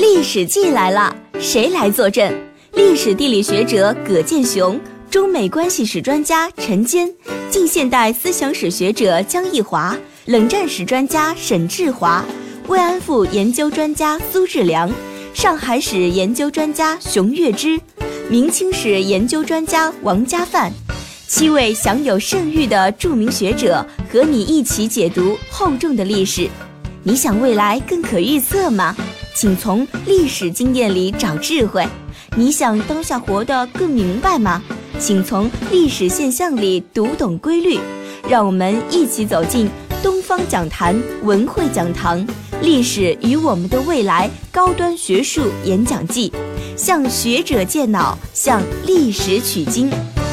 历史记来了，谁来坐镇？历史地理学者葛剑雄，中美关系史专家陈坚，近现代思想史学者江毅华，冷战史专家沈志华，慰安妇研究专家苏志良，上海史研究专家熊岳之，明清史研究专家王家范，7位享有盛誉的著名学者和你一起解读厚重的历史。你想未来更可预测吗？请从历史经验里找智慧。你想当下活得更明白吗？请从历史现象里读懂规律。让我们一起走进东方讲坛文汇讲堂历史与我们的未来高端学术演讲季，向学者借脑，向历史取经。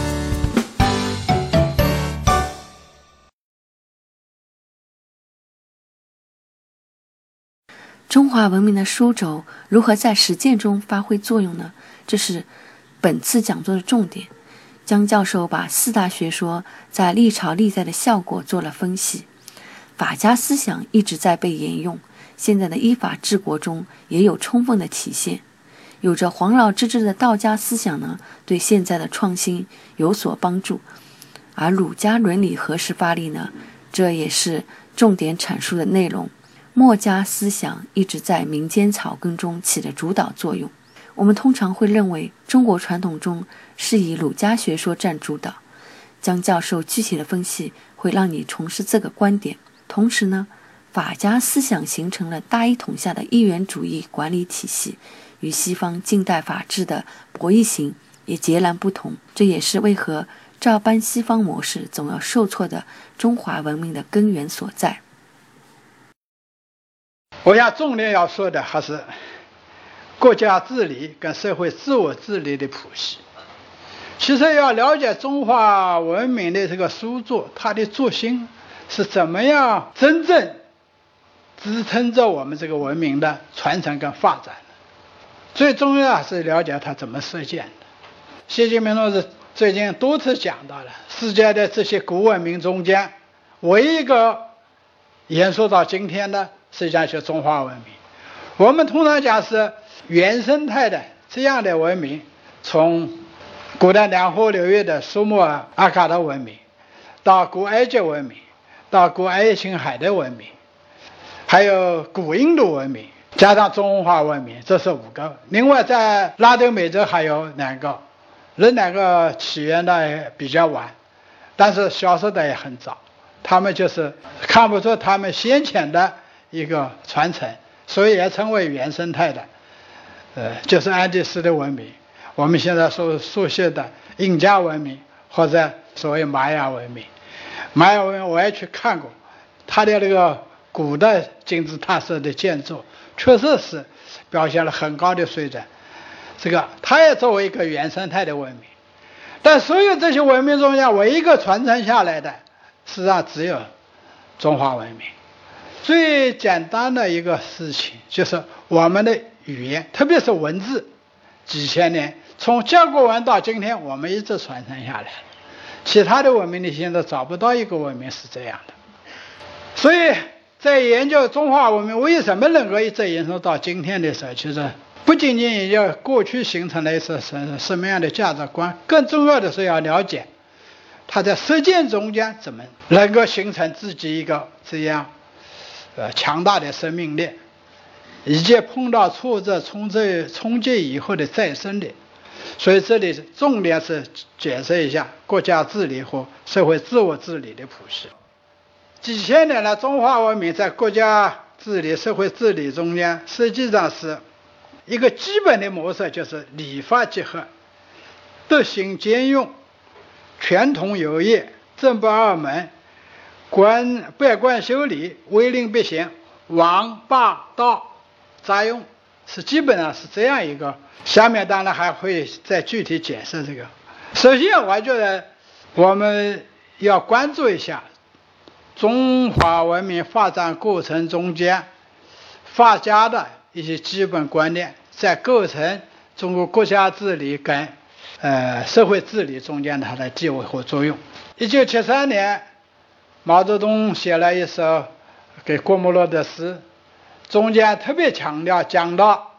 中华文明的书轴如何在实践中发挥作用呢？这是本次讲座的重点。江教授把4大学说在历朝历代的效果做了分析。法家思想一直在被沿用，现在的依法治国中也有充分的体现。有着黄老之治的道家思想呢，对现在的创新有所帮助。而儒家伦理何时发力呢？这也是重点阐述的内容。墨家思想一直在民间草根中起着主导作用。我们通常会认为中国传统中是以儒家学说占主导。江教授具体的分析会让你重视这个观点。同时呢，法家思想形成了大一统下的一元主义管理体系，与西方近代法治的博弈型也截然不同。这也是为何照搬西方模式总要受挫的中华文明的根源所在。 我想重点要说的还是国家治理跟社会自我治理的谱系。其实要了解中华文明的这个书作，它的作心是怎么样真正支撑着我们这个文明的传承跟发展的。最重要是了解它怎么实践的。习近平同志最近多次讲到了，世界的这些古文明中间，唯一一个延续到今天的实际上是中华文明。我们通常讲是原生态的这样的文明，从古代两河流域的苏美尔阿卡德文明，到古埃及文明，到古爱琴海的文明，还有古印度文明，加上中华文明，这是5个。另外在拉丁美洲还有2个，这2个起源的比较晚，但是消失的也很早。他们就是看不出他们先前的一个传承，所以也称为原生态的，就是安第斯的文明，我们现在所熟悉的印加文明，或者所谓玛雅文明。玛雅文明我也去看过，它的那个古代金字塔式的建筑，确实是表现了很高的水准。这个它也作为一个原生态的文明，但所有这些文明中间，唯一一个传承下来的，实际上只有中华文明。最简单的一个事情就是我们的语言，特别是文字，几千年从甲骨文到今天，我们一直传承下来。其他的文明你现在找不到一个文明是这样的。所以在研究中华文明为什么能够一直延续到今天的时候，其实不仅仅研究过去形成了一次什么样的价值观，更重要的是要了解它在实践中间怎么能够形成自己一个这样强大的生命力，以及碰到挫折冲击以后的再生力。所以这里重点是解释一下国家治理和社会自我治理的谱系。几千年来，中华文明在国家治理社会治理中间，实际上是一个基本的模式，就是礼法结合，德行兼用，权统有业，政不二门，百官修理，威令必行，王霸道杂用，是基本上是这样一个。下面当然还会再具体解释这个。首先我觉得我们要关注一下中华文明发展过程中间法家的一些基本观念，在构成中国国家治理跟社会治理中间它的地位和作用。1973年毛泽东写了一首给郭沫若的诗，中间特别强调讲到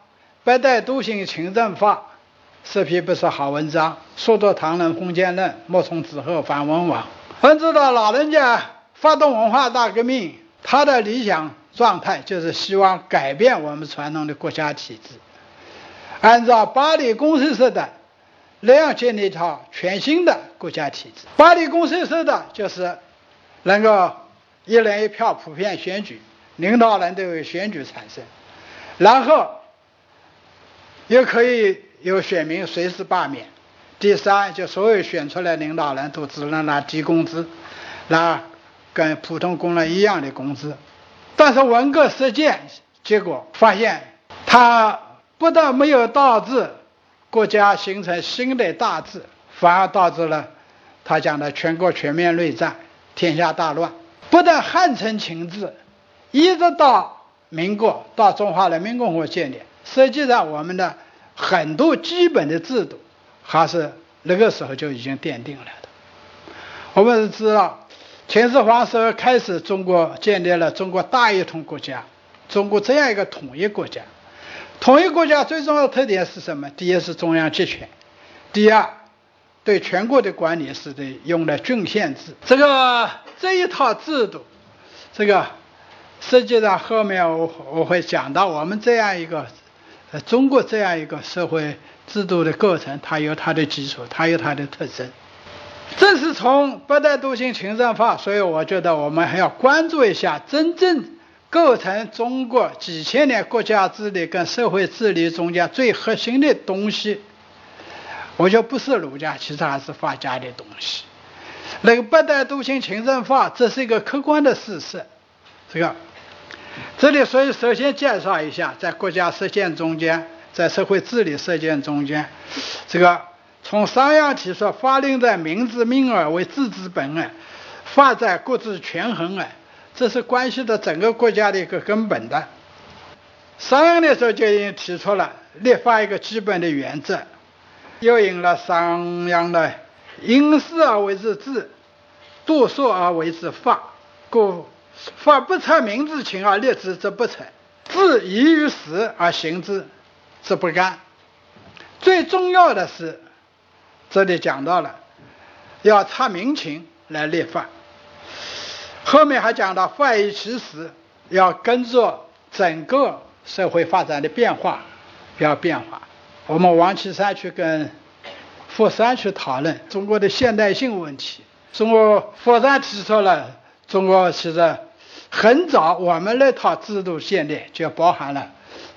百代独行勤政法是批不是好文章，说作唐人封建论，莫从此后反文王。我们知道老人家发动文化大革命，他的理想状态就是希望改变我们传统的国家体制，按照巴黎公约式的那样建立一套全新的国家体制。巴黎公约式的就是能够一人一票普遍选举，领导人都由选举产生，然后又可以有选民随时罢免。第三，就所有选出来领导人都只能拿低工资，拿跟普通工人一样的工资。但是文革实践结果发现，它不但没有导致国家形成新的大治，反而导致了他讲的全国全面内战，天下大乱。不但汉承秦制，一直到民国，到中华人民共和国建立，实际上我们的很多基本的制度还是那个时候就已经奠定了的。我们知道秦始皇时候开始，中国建立了中国大一统国家，中国这样一个统一国家。统一国家最重要的特点是什么？第一是中央集权，第二对全国的管理是用的郡县制。这一套制度，实际上后面我会讲到我们这样一个中国这样一个社会制度的构成，它有它的基础，它有它的特征。正是从百代独行勤政法，所以我觉得我们还要关注一下真正构成中国几千年国家治理跟社会治理中间最核心的东西，我觉得不是儒家，其实还是法家的东西。那个百代独行勤政法，这是一个客观的事实。这里所以首先介绍一下，在国家实践中间，在社会治理实践中间，从商鞅提出法令在民治民耳为治之本法在国之权衡这是关系到整个国家的一个根本的。商鞅的时候就已经提出了立法一个基本的原则，又引了商鞅的因事而为之治，度数而为之法，故法不测民之情而立之，则不成；治宜于时而行之，则不干。最重要的是，这里讲到了要察民情来立法，后面还讲到法宜其时，要跟着整个社会发展的变化要变化。我们王岐山去跟佛山去讨论中国的现代性问题，佛山提出了中国其实很早我们那套制度建立就包含了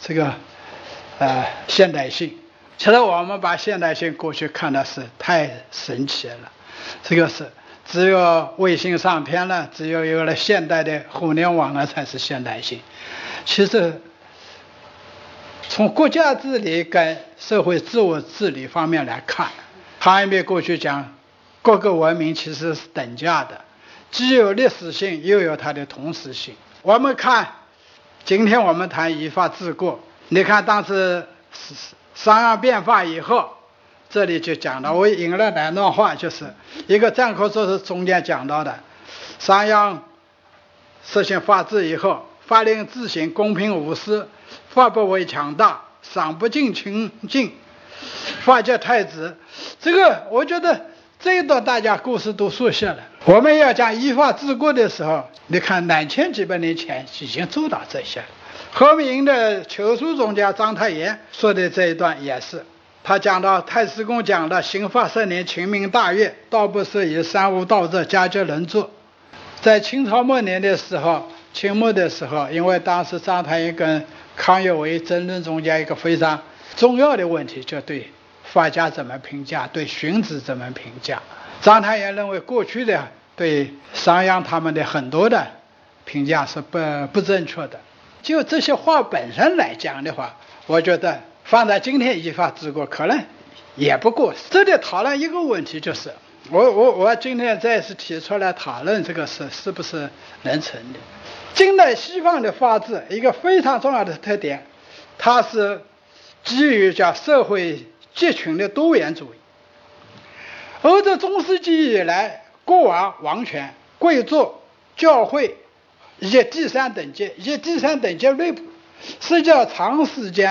现代性。其实我们把现代性过去看的是太神奇了，是只有卫星上片了，只有了现代的互联网了才是现代性。其实从国家治理跟社会自我治理方面来看，唐一别过去讲各个文明其实是等价的，既有历史性又有它的同时性。我们看今天我们谈依法治国，你看当时商鞅变法以后，这里就讲了，我引了两段话，就是一个战口说是中间讲到的，商鞅实行法治以后，法令自行，公平无私，法不为强大，赏不尽穷尽，法皆太子。我觉得这一段大家故事都熟悉了。我们要讲依法治国的时候，你看2000几百年前已经做到这些了。后面的求书中间章太炎说的这一段也是，他讲到太史公讲的刑法10年，秦民大悦，道不适宜，三无道者，家皆能做。在清朝末年的时候，清末的时候，因为当时章太炎跟康有为争论中间一个非常重要的问题，就对法家怎么评价，对荀子怎么评价。章太炎认为过去的对商鞅他们的很多的评价是不正确的。就这些话本身来讲的话，我觉得放在今天依法治国可能也不过时。这里讨论一个问题，就是我今天再次提出来讨论这个事是不是能成立。近代西方的法治一个非常重要的特点，它是基于叫社会集群的多元主义。欧洲中世纪以来，国王、王权、贵族、教会以及第三等级内部，实际上长时间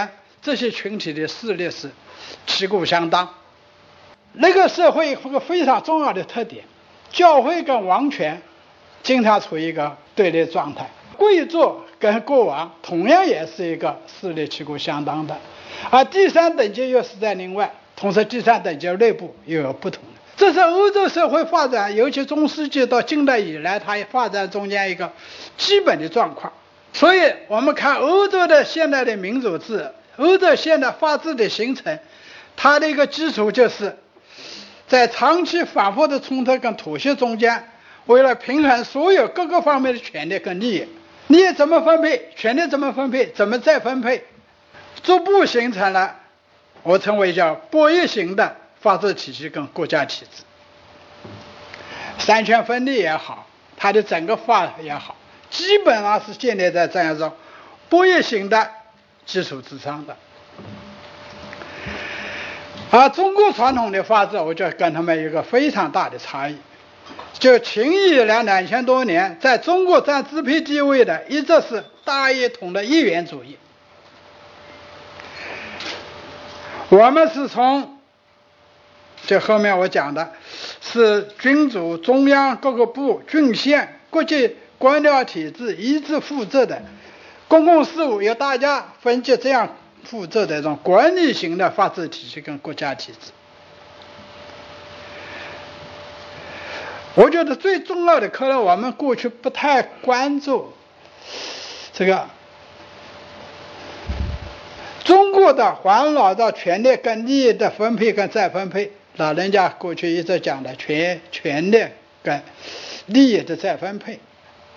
这些群体的势力是旗鼓相当。那个社会有个非常重要的特点，教会跟王权经常处于一个对立状态，贵族跟国王同样也是一个势力旗鼓相当的，而第三等级又是在另外，同时第三等级内部又有不同的。这是欧洲社会发展，尤其中世纪到近代以来，它发展中间一个基本的状况。所以我们看欧洲的现代的民主制，欧洲现代法治的形成，它的一个基础就是在长期反复的冲突跟妥协中间，为了平衡所有各个方面的权利跟利益，利益怎么分配，权利怎么分配，怎么再分配，逐步形成了我称为叫博弈型的法治体系跟国家体制。三权分立也好，它的整个法也好，基本上是建立在这样一种博弈型的基础之上的。而中国传统的法治，我觉得跟他们有一个非常大的差异。就秦以来2000多年，在中国占支配地位的一直是大一统的一元主义。我们是从这后面我讲的是君主、中央各个部、郡县、国际官僚体制一致负责的公共事务，由大家分级这样负责的一种管理型的法治体系跟国家体制。我觉得最重要的，可能我们过去不太关注这个中国的环绕着权力跟利益的分配跟再分配，老人家过去一直讲的权力跟利益的再分配。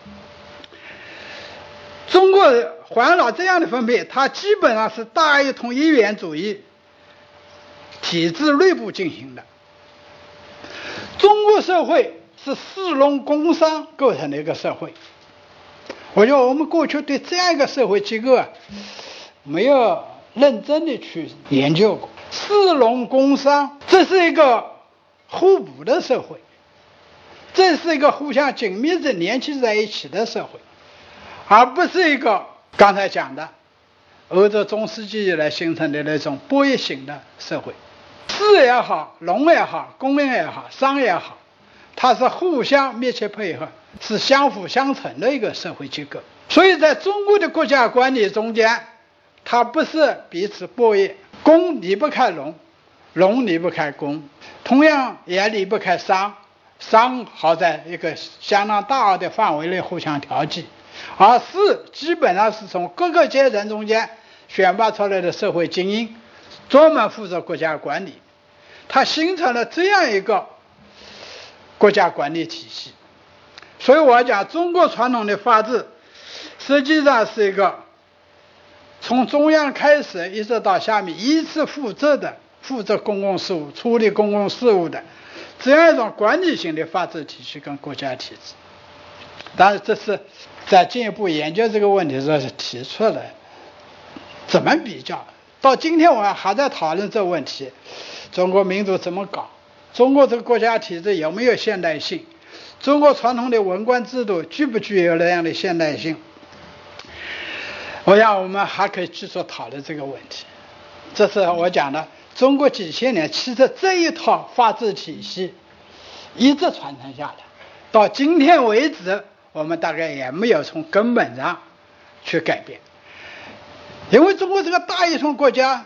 中国环绕这样的分配，它基本上是大一统一元主义体制内部进行的。中国社会是士农工商构成的一个社会，我觉得我们过去对这样一个社会机构没有认真的去研究过。士农工商，这是一个互补的社会，这是一个互相紧密的联系在一起的社会，而不是一个刚才讲的欧洲中世纪以来形成的那种博弈型的社会。士也好，农也好，工业也好，商也好，它是互相密切配合，是相辅相成的一个社会结构。所以在中国的国家管理中间，它不是彼此博弈，工离不开农，农离不开工，同样也离不开商，商好在一个相当大的范围内互相调剂，而士基本上是从各个阶层中间选拔出来的社会精英，专门负责国家管理，它形成了这样一个国家管理体系。所以我讲中国传统的法治实际上是一个从中央开始一直到下面依次负责公共事务、处理公共事务的这样一种管理型的法治体系跟国家体制。当然这是在进一步研究这个问题的时候是提出来怎么比较。到今天我们还在讨论这个问题，中国民主怎么搞，中国这个国家体制有没有现代性，中国传统的文官制度具不具有那样的现代性。我想我们还可以继续讨论这个问题。这是我讲的中国几千年，其实这一套法治体系一直传承下来，到今天为止我们大概也没有从根本上去改变。因为中国这个大一统国家，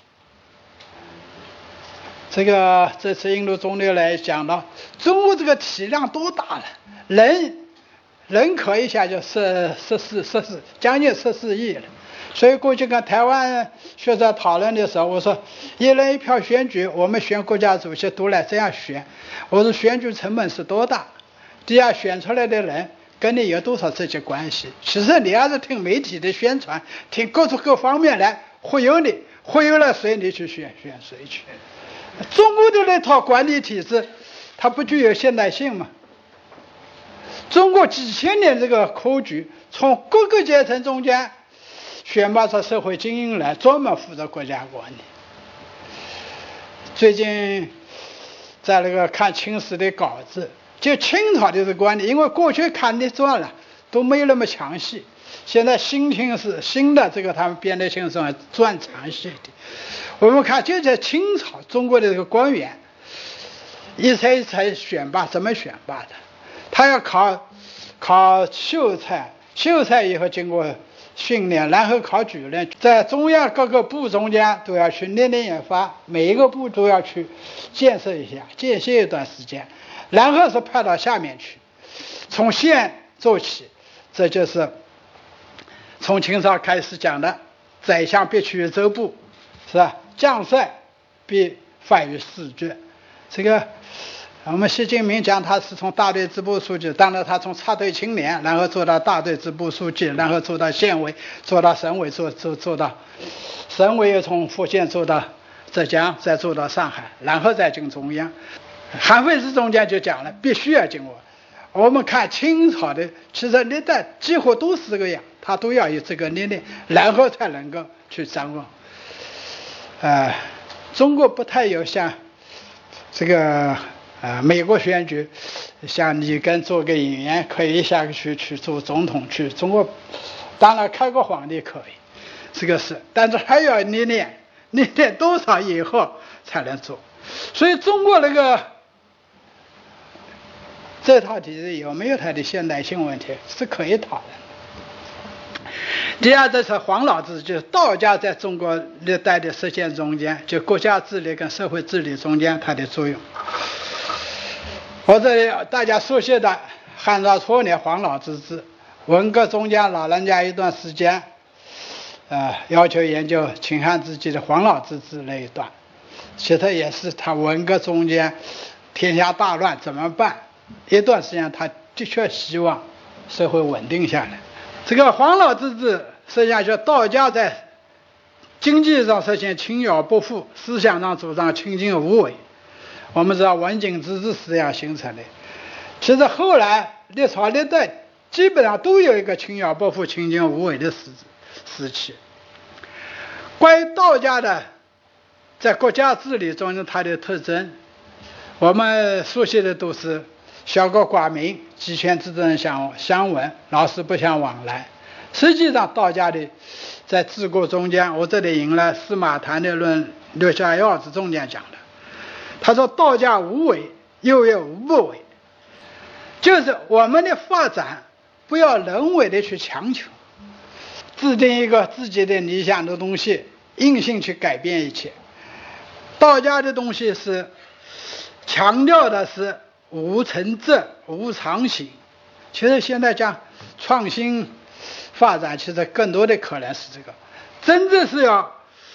这次印度总理来讲到中国这个体量多大了，人口一下就将近14亿了。所以过去跟台湾学者讨论的时候，我说一人一票选举，我们选国家主席都来这样选，我说选举成本是多大，第二选出来的人跟你有多少直接关系。其实你要是听媒体的宣传，听各方面来忽悠你，忽悠了谁你去选谁去。中国的那套管理体制它不具有现代性吗？中国几千年这个科举，从各个阶层中间选拔出社会精英来，专门负责国家管理。最近在那个看清史的稿子，就清朝的这个管理，因为过去看的传了都没有那么详细， 现在新的这个他们编的形式转长些的。我们看就在清朝中国的这个官员一才一才选拔，怎么选拔的？他要考秀才，秀才以后经过训练，然后考举人，在中央各个部中间都要去历练研发，每一个部都要去建设一下，建设一段时间，然后是派到下面去，从县做起。这就是从清朝开始讲的宰相必趋于州部，是吧？将帅必犯于士爵。这个我们习近平讲他是从大队支部书记，当然他从插队青年，然后做到大队支部书记，然后做到县委，做到省委，做到省委，又从福建做到浙江，再做到上海，然后再进中央。韩非子中间就讲了，必须要经过。我们看清朝的，其实历代几乎都是这个样，他都要有这个历练，然后才能够去掌握。中国不太有像这个美国选举，像里根做个演员可以一下去做总统去。中国当然开个皇帝可以，这个是，但是还要历练多少以后才能做。所以中国那个这套体制有没有它的现代性问题是可以讨论的。第二，这是黄老之治，就是道家在中国历代的实践中间，就国家治理跟社会治理中间它的作用。我这里大家熟悉的汉朝初年黄老之治，文革中间老人家一段时间要求研究秦汉之际的黄老之治那一段，其实也是他文革中间天下大乱怎么办，一段时间他的确希望社会稳定下来。这个黄老之治实际上就道家在经济上实现轻徭不赋，思想上主张清净无为。我们知道文景之治是这样形成的，其实后来历朝历代基本上都有一个轻徭不赋、清净无为的时期。关于道家的在国家治理中它的特征，我们熟悉的都是小国寡民，集权之政相闻，老死不相往来。实际上道家的在治国中间，我这里引了司马谈的论六下要旨中间讲的，他说道家无为，又有无不为，就是我们的发展不要人为的去强求，制定一个自己的理想的东西，硬性去改变一切。道家的东西是强调的是无成正、无常形。其实现在讲创新发展，其实更多的可能是这个，真正是要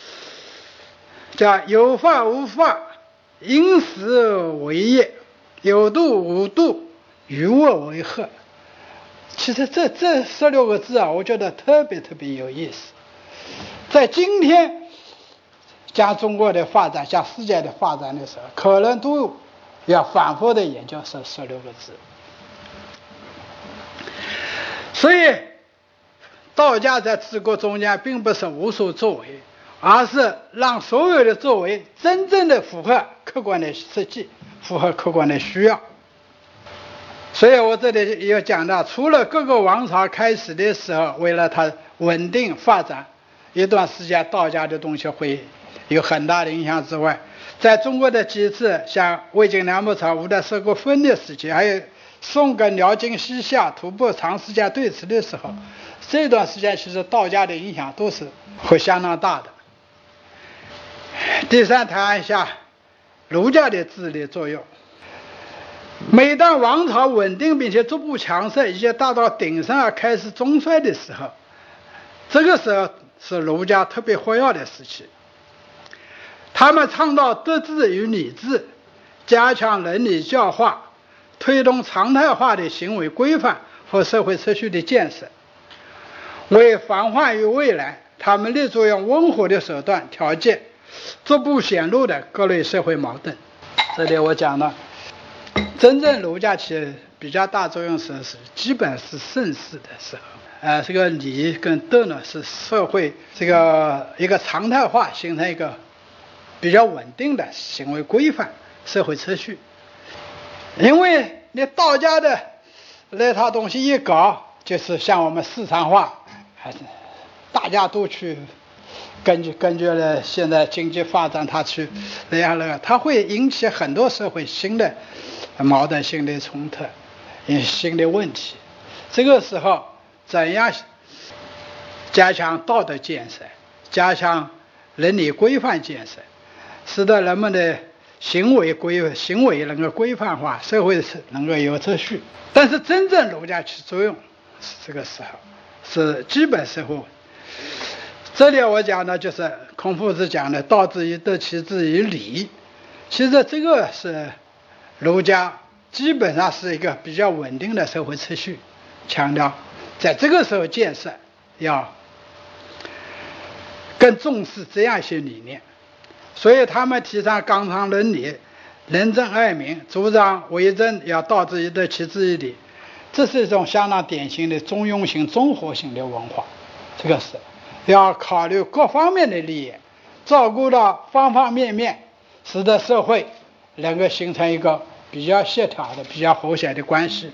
叫有法无法，因时为业，有度无度，与我为和。其实这16个字我觉得特别有意思。在今天讲中国的发展，讲世界的发展的时候，可能都要反复的研究这16个字。所以道家在治国中间并不是无所作为，而是让所有的作为真正的符合客观的实际，符合客观的需要。所以我这里也讲到，除了各个王朝开始的时候为了它稳定发展一段时间道家的东西会有很大的影响之外，在中国的几次像魏晋南北朝五代十国分裂时期，还有宋跟辽金西夏吐蕃长时间对峙的时候，这段时间其实道家的影响都是会相当大的。第三，谈一下儒家的治理作用。每当王朝稳定并且逐步强盛，以及达到鼎盛而开始中衰的时候，这个时候是儒家特别活跃的时期。他们倡导德治与礼治，加强伦理教化，推动常态化的行为规范和社会秩序的建设。为防患于未来，他们立足用温和的手段调节逐步显露的各类社会矛盾。这里我讲了，真正儒家起比较大作用是基本是盛世的时候，这个礼跟德呢是社会这个一个常态化，形成一个比较稳定的行为规范、社会秩序。因为你道家的那套东西一搞，就是像我们市场化， 还是大家都去根据了现在经济发展，他去那样，他会引起很多社会新的矛盾、新的冲突、新的问题。这个时候怎样加强道德建设，加强伦理规范建设，使得人们的行为能够规范化，社会能够有秩序。但是真正儒家起作用，这个时候是基本社会。这里我讲的就是孔夫子讲的道之以德，齐之以礼。其实这个是儒家基本上是一个比较稳定的社会秩序，强调在这个时候建设要更重视这样一些理念。所以他们提倡纲常伦理，仁政爱民，主张为政要道之以德，齐之以礼。这是一种相当典型的中庸型、综合性的文化。这个是要考虑各方面的利益，照顾到方方面面，使得社会能够形成一个比较协调的、比较和谐的关系。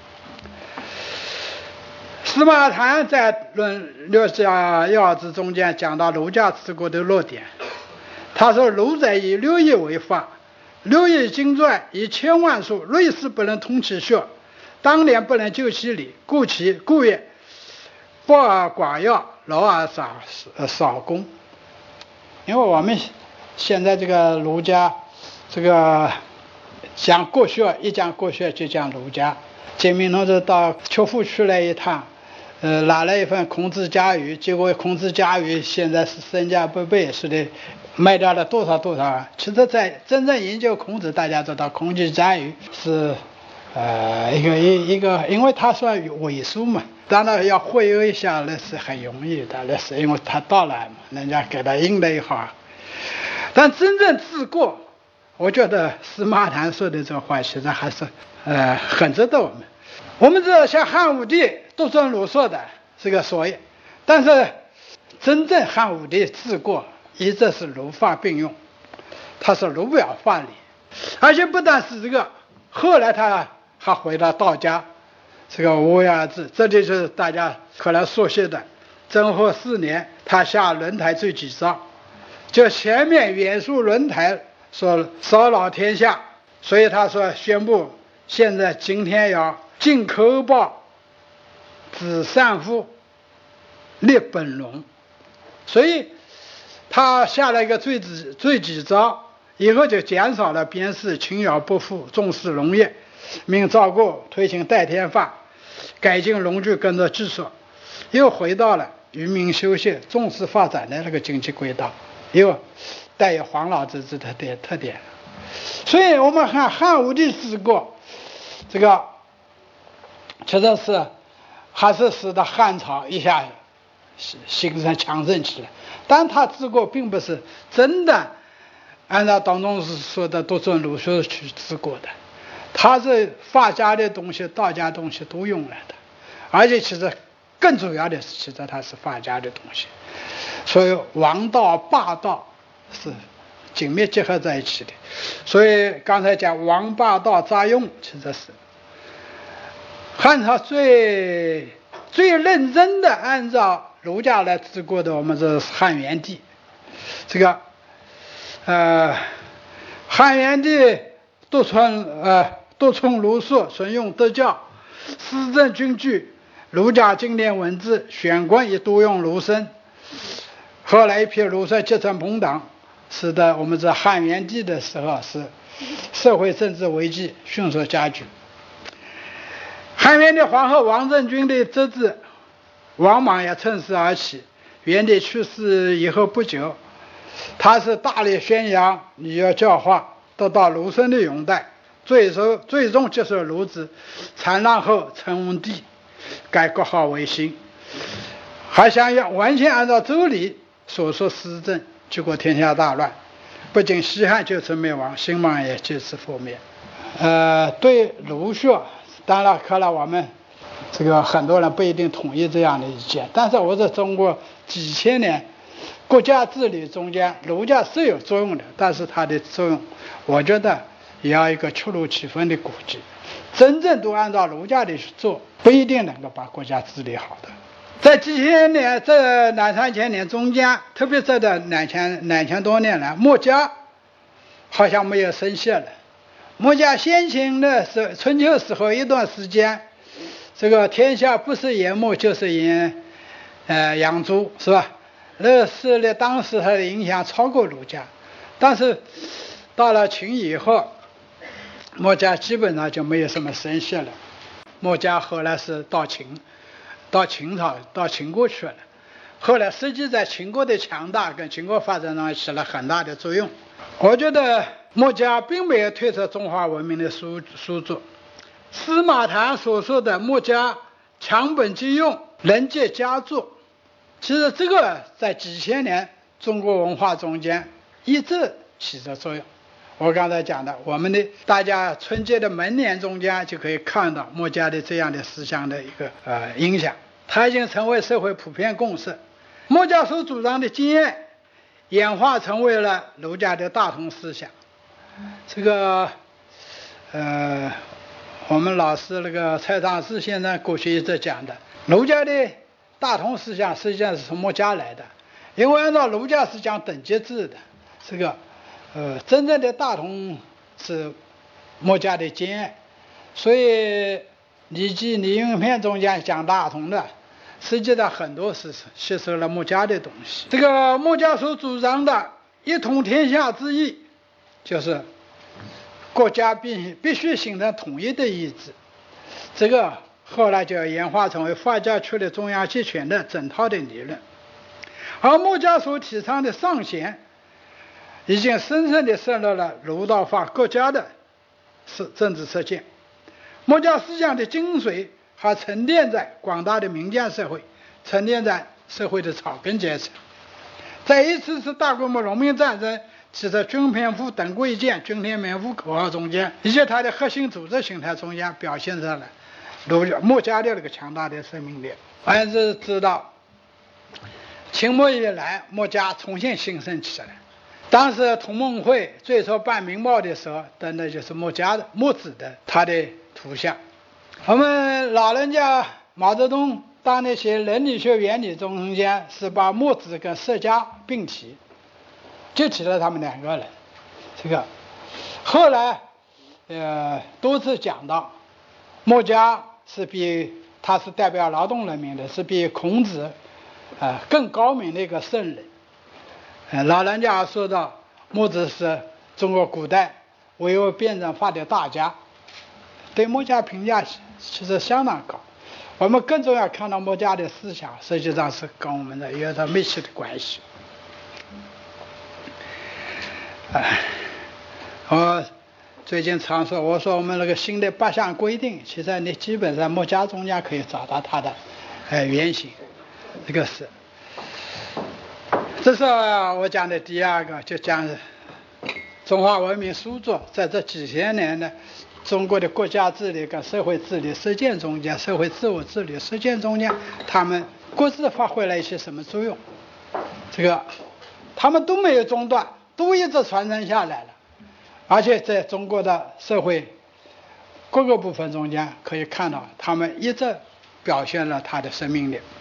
司马谈在《论六家要旨》中间讲到儒家治国的弱点，他说：“儒者以6艺为法，6艺经传以千万数，锐士不能通其学，当年不能就其理，故也薄而寡要，劳而少功。”因为我们现在这个儒家，这个讲国学，一讲国学就讲儒家。简明同志到曲阜去了一趟，拿了一份孔子家语，结果孔子家语现在是身价不倍，是的，卖掉了多少其实在真正研究孔子，大家知道孔子家语是一个，因为他算伪书嘛，当然要会意一下那是很容易的，那是因为他到了嘛，人家给他印了一号。但真正治国，我觉得司马谈说的这话其实还是很值得我们知道像汉武帝都尊儒说的这个所以，但是真正汉武帝治国一直是儒法并用，他是儒表法理，而且不但是这个，后来他还回到道家，这个无为而治，这就是大家可能熟悉的征和4年他下轮台罪己诏，就前面远述轮台说骚扰天下，所以他说宣布现在今天要尽口报，止善负，立本龙，所以他下了一个罪己诏，以后就减少了鞭尸、轻徭不服、重视农业，命赵构推行代天法，改进农具耕作技术，又回到了愚民休息、重视发展的那个经济轨道，又带有黄老之治的特点。所以我们看汉武帝治国，这个确实是还是使得汉朝一下形成强盛起来，但他治国并不是真的按照当中说的都尊儒学去治国的，他是法家的东西、道家东西都用来的，而且其实更主要的是，其实它是法家的东西，所以王道、霸道是紧密结合在一起的。所以刚才讲王霸道杂用，其实是汉朝最认真的按照儒家来治国的，我们是汉元帝。这个汉元帝独崇儒术，顺用德教，施政军具，儒家经典文字，选官也多用儒生。后来一批儒生结成朋党，使得我们在汉元帝的时候是社会政治危机迅速加剧。汉元帝皇后王政君的侄子王莽也趁势而起，元帝去世以后不久，他是大力宣扬礼乐教化，得到儒生的拥戴，最终接受儒子，禅让后称文帝，改国号为新，还想要完全按照周礼所说施政，结果天下大乱，不仅西汉就此灭亡，新莽也就此覆灭。对儒学，当然可能我们这个很多人不一定同意这样的意见，但是我在中国几千年国家治理中间，儒家是有作用的，但是它的作用我觉得也要一个恰如其分的估计，真正都按照儒家的去做，不一定能够把国家治理好的。 在几千年这两三千年中间，特别这的两千多年来，墨家好像没有生息了。墨家先秦的春秋时候一段时间，这个天下不是研墨就是研养猪，是吧？那个势力当时它的影响超过儒家，但是到了秦以后，墨家基本上就没有什么声息了。墨家后来是到秦朝到秦国去了，后来实际在秦国的强大跟秦国发展上起了很大的作用。我觉得墨家并没有推测中华文明的书作。司马谈所说的墨家强本即用，人皆佳作，其实这个在几千年中国文化中间一直起着作用。我刚才讲的，我们的大家春节的门年中间就可以看到墨家的这样的思想的一个影响，它已经成为社会普遍共识。墨家所主张的经验演化成为了儒家的大同思想。这个我们老师那个蔡尚志先生过去一直讲的，儒家的大同思想实际上是从墨家来的，因为按照儒家是讲等级制的，这个真正的大同是墨家的经验，所以《礼记·礼运篇》中间讲大同的，实际上很多是吸收了墨家的东西。这个墨家所主张的一统天下之意，就是国家必须形成统一的意志，这个后来就要演化成为法家确立中央集权的整套的理论。而墨家所提倡的尚贤，已经深深地渗入了儒道法各家的政治实践。墨家思想的精髓还沉淀在广大的民间社会，沉淀在社会的草根阶层。在一次大规模农民战争，其实军偏附等贵贱、军天民附口号中间，以及它的核心组织形态中间，表现出了墨家的那个强大的生命力。还是知道清末以来墨家重新兴盛起来，当时同盟会最初办民报的时候，登的就是墨子的他的图像。我们老人家毛泽东当那些伦理学原理中间是把墨子跟释迦并提，就提了他们两个人。这个后来多次讲到墨家他是代表劳动人民的，是比孔子更高明的一个圣人。老人家说到墨子是中国古代唯有辩证法的大家，对墨家评价其实相当高。我们更重要看到墨家的思想实际上是跟我们的有着密切的关系。我最近常说，我说我们那个新的8项规定，其实你基本上墨家中间可以找到它的原型。这是我讲的第二个，就讲中华文明书作在这几千年的中国的国家治理跟社会治理实践中间，社会自我治理实践中间，他们各自发挥了一些什么作用？这个他们都没有中断，都一直传承下来了，而且在中国的社会各个部分中间可以看到，他们一直表现了他的生命力。